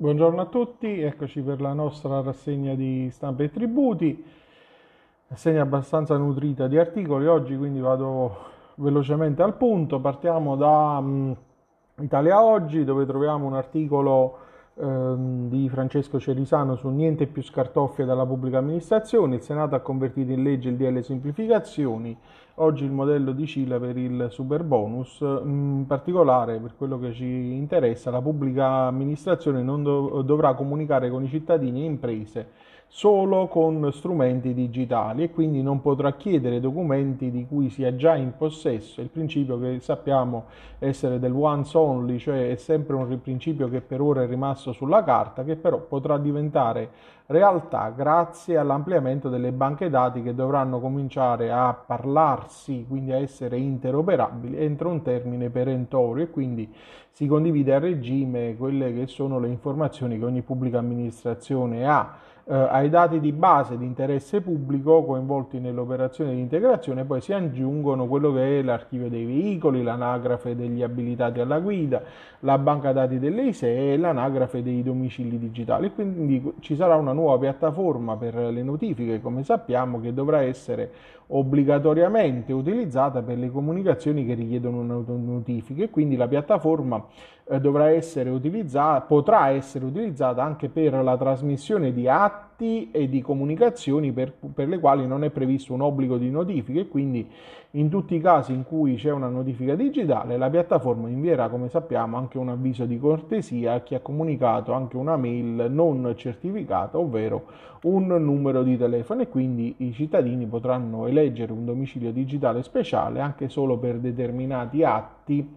Buongiorno a tutti, eccoci per la nostra rassegna di stampa e tributi, rassegna abbastanza nutrita di articoli oggi, quindi vado velocemente al punto. Partiamo da Italia Oggi, dove troviamo un articolo di Francesco Cerisano su niente più scartoffie dalla pubblica amministrazione. Il Senato ha convertito in legge il DL semplificazioni. Oggi il modello di Cila per il super bonus, in particolare per quello che ci interessa, la pubblica amministrazione non dovrà comunicare con i cittadini e imprese solo con strumenti digitali e quindi non potrà chiedere documenti di cui sia già in possesso. Il principio che sappiamo essere del once only, cioè è sempre un principio che per ora è rimasto sulla carta, che però potrà diventare realtà grazie all'ampliamento delle banche dati che dovranno cominciare a parlarsi, quindi a essere interoperabili entro un termine perentorio, e quindi si condivide a regime quelle che sono le informazioni che ogni pubblica amministrazione ha. Ai dati di base di interesse pubblico coinvolti nell'operazione di integrazione poi si aggiungono quello che è l'archivio dei veicoli, l'anagrafe degli abilitati alla guida, la banca dati delle ISEE e l'anagrafe dei domicili digitali. Quindi ci sarà una nuova piattaforma per le notifiche, come sappiamo, che dovrà essere obbligatoriamente utilizzata per le comunicazioni che richiedono una notifica, e quindi la piattaforma potrà essere utilizzata anche per la trasmissione di atti e di comunicazioni per le quali non è previsto un obbligo di notifica, e quindi in tutti i casi in cui c'è una notifica digitale la piattaforma invierà, come sappiamo, anche un avviso di cortesia a chi ha comunicato anche una mail non certificata, ovvero un numero di telefono, e quindi i cittadini potranno eleggere un domicilio digitale speciale anche solo per determinati atti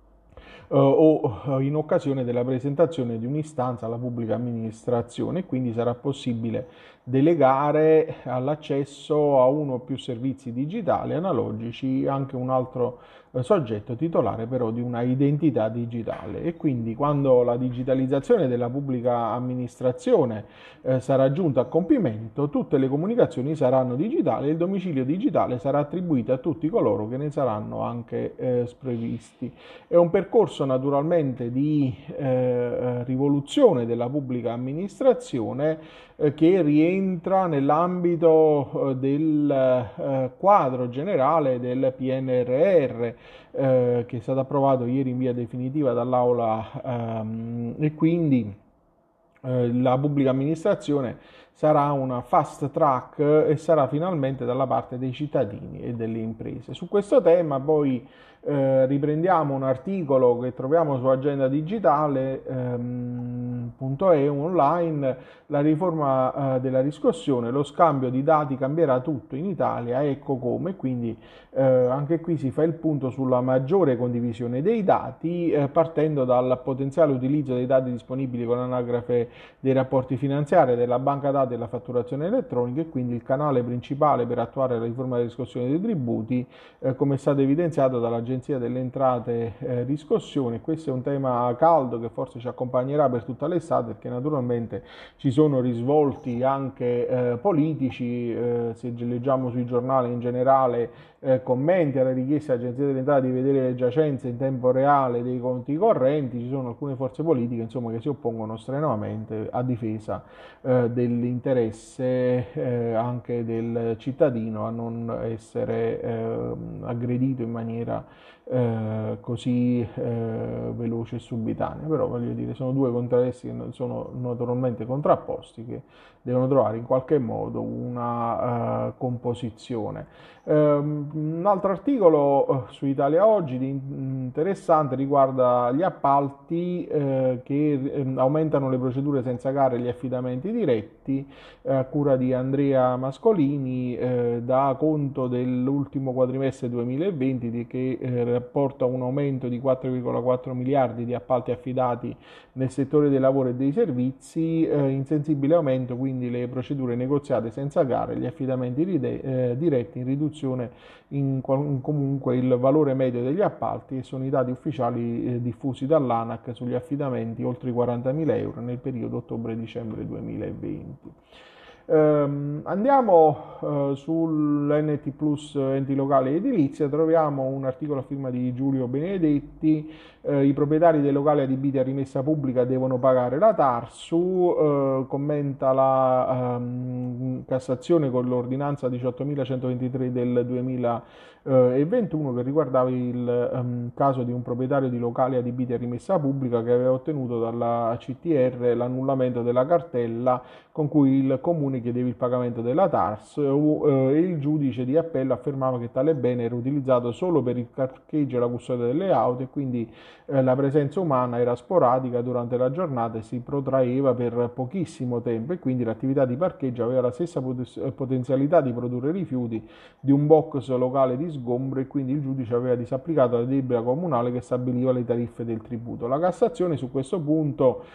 o in occasione della presentazione di un'istanza alla pubblica amministrazione. Quindi sarà possibile delegare all'accesso a uno o più servizi digitali analogici anche un altro soggetto titolare però di una identità digitale. E quindi quando la digitalizzazione della pubblica amministrazione sarà giunta a compimento, tutte le comunicazioni saranno digitali e il domicilio digitale sarà attribuito a tutti coloro che ne saranno anche sprovvisti. È un percorso naturalmente di rivoluzione della pubblica amministrazione che rientra nell'ambito del quadro generale del PNRR che è stato approvato ieri in via definitiva dall'Aula, e quindi la pubblica amministrazione sarà una fast track e sarà finalmente dalla parte dei cittadini e delle imprese. Su questo tema poi riprendiamo un articolo che troviamo su Agenda Digitale .eu online, la riforma della riscossione, lo scambio di dati cambierà tutto in Italia, ecco come. Quindi anche qui si fa il punto sulla maggiore condivisione dei dati, partendo dal potenziale utilizzo dei dati disponibili con l'anagrafe dei rapporti finanziari, della banca dati e della fatturazione elettronica, e quindi il canale principale per attuare la riforma della riscossione dei tributi, come è stato evidenziato dall'Agenzia delle Entrate Riscossione. Questo è un tema caldo che forse ci accompagnerà per tutta l'estate, perché naturalmente ci sono risvolti anche politici, se leggiamo sui giornali in generale commenti alla richiesta dell'Agenzia delle Entrate di vedere le giacenze in tempo reale dei conti correnti. Ci sono alcune forze politiche, insomma, che si oppongono strenuamente a difesa dell'interesse anche del cittadino a non essere aggredito in maniera così veloce e subitanea. Però voglio dire, sono due interessi che sono naturalmente contrapposti, che devono trovare in qualche modo una composizione. Un altro articolo su Italia Oggi interessante riguarda gli appalti che aumentano le procedure senza gare e gli affidamenti diretti, a cura di Andrea Mascolini, da conto dell'ultimo quadrimestre 2020 che rapporta un aumento di 4,4 miliardi di appalti affidati nel settore dei lavori e dei servizi, in sensibile aumento quindi le procedure negoziate senza gare, gli affidamenti diretti, in riduzione comunque il valore medio degli appalti, e sono i dati ufficiali diffusi dall'ANAC sugli affidamenti oltre i 40.000 euro nel periodo ottobre-dicembre 2020. Andiamo sull'NT Plus enti locali e edilizia, troviamo un articolo a firma di Giulio Benedetti. I proprietari dei locali adibiti a rimessa pubblica devono pagare la TARSU, commenta la Cassazione con l'ordinanza 18.123 del 2021 che riguardava il caso di un proprietario di locali adibiti a rimessa pubblica che aveva ottenuto dalla CTR l'annullamento della cartella con cui il comune chiedeva il pagamento della TARS e il giudice di appello affermava che tale bene era utilizzato solo per il parcheggio e la custodia delle auto e quindi la presenza umana era sporadica durante la giornata e si protraeva per pochissimo tempo e quindi l'attività di parcheggio aveva la stessa potenzialità di produrre rifiuti di un box locale di sgombro e quindi il giudice aveva disapplicato la delibera comunale che stabiliva le tariffe del tributo. La Cassazione su questo punto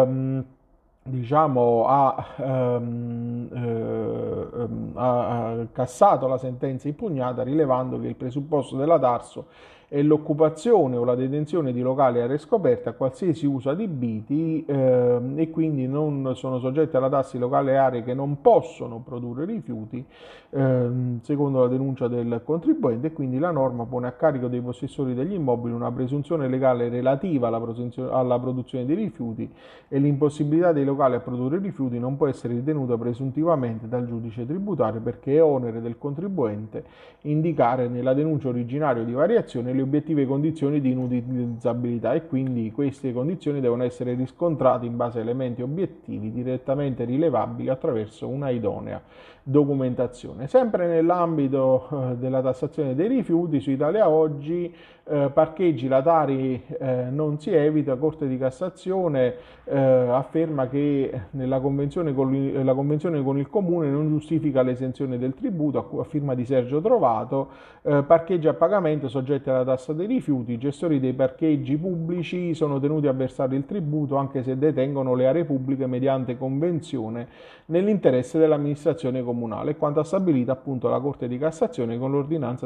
ha cassato la sentenza impugnata rilevando che il presupposto della TARSU è l'occupazione o la detenzione di locali a aree scoperte a qualsiasi uso adibiti e quindi non sono soggetti alla tassa i locali e aree che non possono produrre rifiuti secondo la denuncia del contribuente e quindi la norma pone a carico dei possessori degli immobili una presunzione legale relativa alla produzione di rifiuti e l'impossibilità dei locali a produrre rifiuti non può essere ritenuta presuntivamente dal giudice tributario perché è onere del contribuente indicare nella denuncia originaria di variazione le obiettive condizioni di inutilizzabilità e quindi queste condizioni devono essere riscontrate in base a elementi obiettivi direttamente rilevabili attraverso una idonea documentazione. Sempre nell'ambito della tassazione dei rifiuti, su Italia Oggi, parcheggi, la Tari non si evita, Corte di Cassazione afferma che la convenzione con il Comune non giustifica l'esenzione del tributo, a firma di Sergio Trovato, parcheggi a pagamento soggetti alla tassa dei rifiuti, i gestori dei parcheggi pubblici sono tenuti a versare il tributo anche se detengono le aree pubbliche mediante convenzione nell'interesse dell'amministrazione comunale, quanto ha stabilito appunto la Corte di Cassazione con l'ordinanza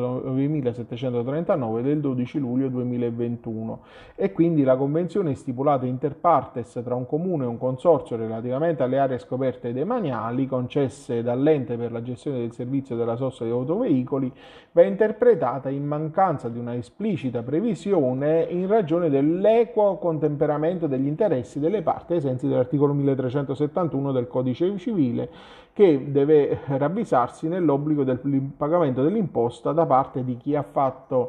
19.739 del 12 luglio 2021 e quindi la convenzione stipulata inter partes tra un comune e un consorzio relativamente alle aree scoperte demaniali concesse dall'ente per la gestione del servizio della sosta di autoveicoli va interpretata in mancanza di una esplicita previsione in ragione dell'equo contemperamento degli interessi delle parti ai sensi dell'articolo 1371 del Codice Civile che deve ravvisarsi nell'obbligo del pagamento dell'imposta da parte di chi ha fatto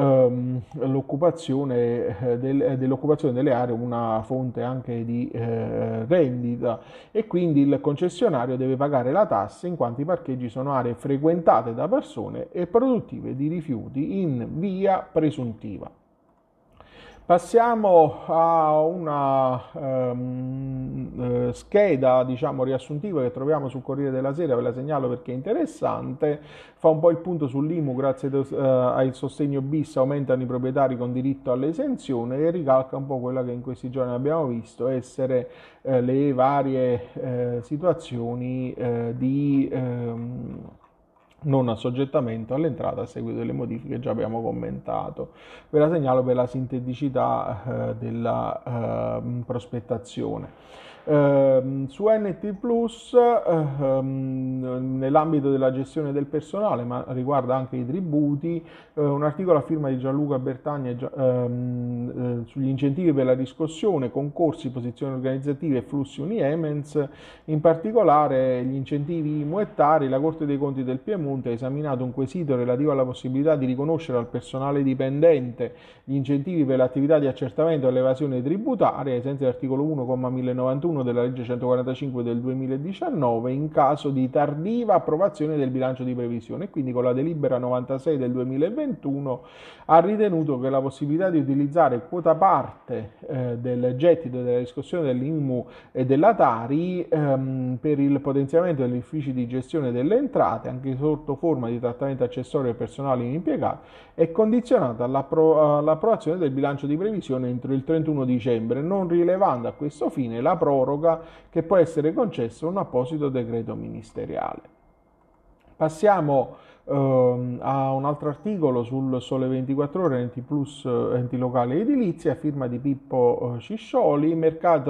dell'occupazione delle aree una fonte anche di rendita e quindi il concessionario deve pagare la tassa in quanto i parcheggi sono aree frequentate da persone e produttive di rifiuti in via presuntiva. Passiamo a una scheda, diciamo, riassuntiva che troviamo sul Corriere della Sera, ve la segnalo perché è interessante, fa un po' il punto sull'IMU, grazie al sostegno bis aumentano i proprietari con diritto all'esenzione e ricalca un po' quella che in questi giorni abbiamo visto essere le varie situazioni di non assoggettamento all'entrata a seguito delle modifiche che già abbiamo commentato. Ve la segnalo per la sinteticità della prospettazione. Su NT Plus, nell'ambito della gestione del personale, ma riguarda anche i tributi, un articolo a firma di Gianluca Bertagni sugli incentivi per la riscossione, concorsi, posizioni organizzative e flussi Uniemens, in particolare gli incentivi IMU e Tari. La Corte dei Conti del Piemonte ha esaminato un quesito relativo alla possibilità di riconoscere al personale dipendente gli incentivi per l'attività di accertamento dell'evasione tributaria ai sensi dell'articolo 1,1091 della legge 145 del 2019 in caso di tardiva approvazione del bilancio di previsione e quindi con la delibera 96 del 2021 ha ritenuto che la possibilità di utilizzare quota parte del gettito della riscossione dell'IMU e della Tari per il potenziamento degli uffici di gestione delle entrate anche sotto forma di trattamento accessorio del personale impiegato è condizionata all'approvazione del bilancio di previsione entro il 31 dicembre, non rilevando a questo fine la proroga che può essere concessa un apposito decreto ministeriale. Passiamo a un altro articolo sul Sole 24 Ore, Enti Plus, enti locali e edilizia, a firma di Pippo Ciscioli, mercato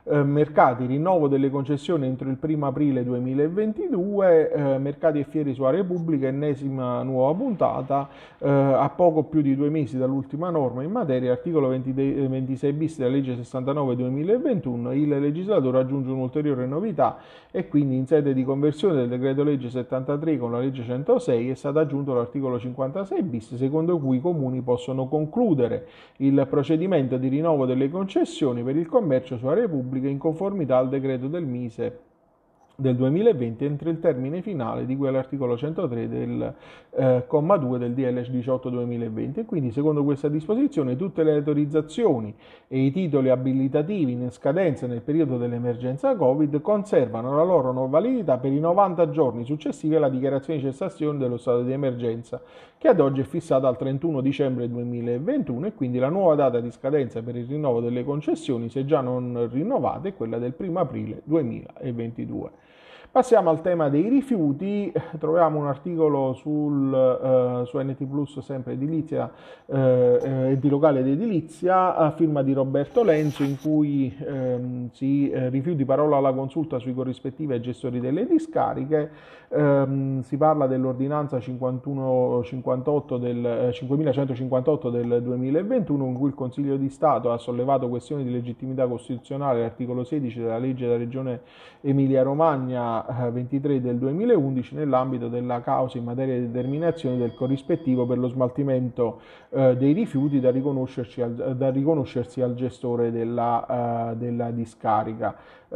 mercati, rinnovo delle concessioni entro il 1 aprile 2022, mercati e fiere su aree pubbliche, ennesima nuova puntata, a poco più di 2 mesi dall'ultima norma in materia, articolo 26 bis della legge 69 2021, il legislatore aggiunge un'ulteriore novità e quindi in sede di conversione del decreto legge 73 con la legge 106 è stato aggiunto l'articolo 56 bis, secondo cui i comuni possono concludere il procedimento di rinnovo delle concessioni per il commercio su aree pubbliche in conformità al decreto del Mise del 2020 entro il termine finale di cui all'articolo 103 del comma 2 del DL 18-2020 e quindi secondo questa disposizione tutte le autorizzazioni e i titoli abilitativi in scadenza nel periodo dell'emergenza Covid conservano la loro validità per i 90 giorni successivi alla dichiarazione di cessazione dello stato di emergenza che ad oggi è fissata al 31 dicembre 2021 e quindi la nuova data di scadenza per il rinnovo delle concessioni, se già non rinnovate, è quella del 1 aprile 2022. Passiamo al tema dei rifiuti, troviamo un articolo su NT Plus, sempre edilizia, enti locali ed edilizia, a firma di Roberto Lenzo, in cui si rifiuti parola alla consulta sui corrispettivi ai gestori delle discariche. Si parla dell'ordinanza 5158 5158 del 2021 in cui il Consiglio di Stato ha sollevato questioni di legittimità costituzionale all'articolo 16 della legge della Regione Emilia-Romagna 23 del 2011 nell'ambito della causa in materia di determinazione del corrispettivo per lo smaltimento dei rifiuti da riconoscersi al gestore della discarica.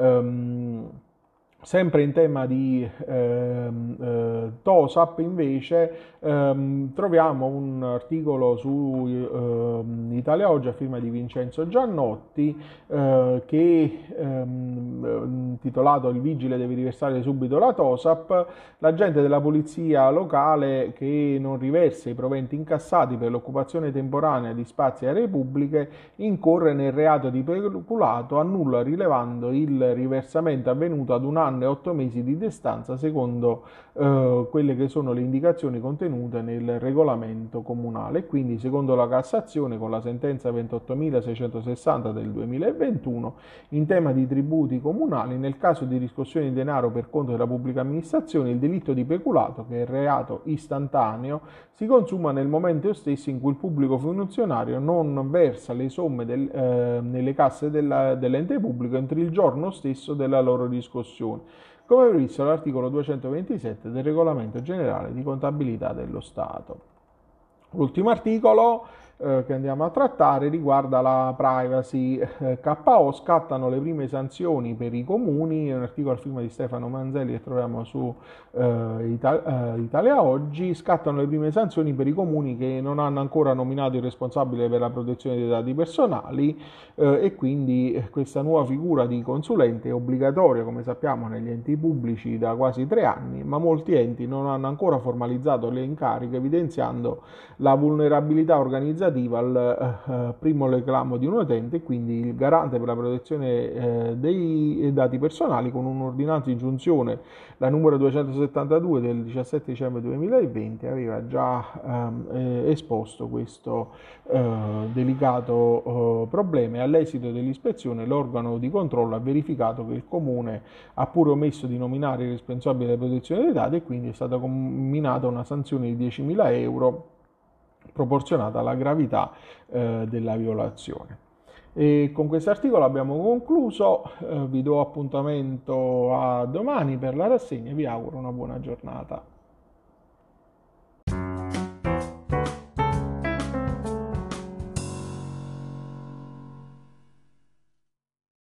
Sempre in tema di TOSAP invece troviamo un articolo su Italia Oggi a firma di Vincenzo Giannotti che intitolato "Il vigile deve riversare subito la TOSAP", l'agente della polizia locale che non riversa i proventi incassati per l'occupazione temporanea di spazi e aree pubbliche incorre nel reato di peculato, annulla rilevando il riversamento avvenuto ad 1 anno e 8 mesi di distanza secondo quelle che sono le indicazioni contenute nel regolamento comunale. Quindi secondo la Cassazione con la sentenza 28.660 del 2021 in tema di tributi comunali, nel caso di riscossione di denaro per conto della pubblica amministrazione, il delitto di peculato, che è reato istantaneo, si consuma nel momento stesso in cui il pubblico funzionario non versa le somme nelle casse dell'ente pubblico entro il giorno stesso della loro riscossione, come previsto dall'articolo 227 del Regolamento Generale di Contabilità dello Stato. L'ultimo articolo che andiamo a trattare riguarda la privacy. KO, scattano le prime sanzioni per i comuni, è un articolo a firma di Stefano Manzelli che troviamo su Italia Oggi. Scattano le prime sanzioni per i comuni che non hanno ancora nominato il responsabile per la protezione dei dati personali e quindi questa nuova figura di consulente è obbligatoria, come sappiamo, negli enti pubblici da quasi 3 anni, ma molti enti non hanno ancora formalizzato le incariche, evidenziando la vulnerabilità organizzativa al primo reclamo di un utente. Quindi il garante per la protezione dei dati personali, con un'ordinanza di giunzione, la numero 272 del 17 dicembre 2020, aveva già esposto questo delicato problema e all'esito dell'ispezione l'organo di controllo ha verificato che il comune ha pure omesso di nominare il responsabile della protezione dei dati e quindi è stata comminata una sanzione di 10.000 euro proporzionata alla gravità della violazione. E con questo articolo abbiamo concluso, vi do appuntamento a domani per la rassegna e vi auguro una buona giornata.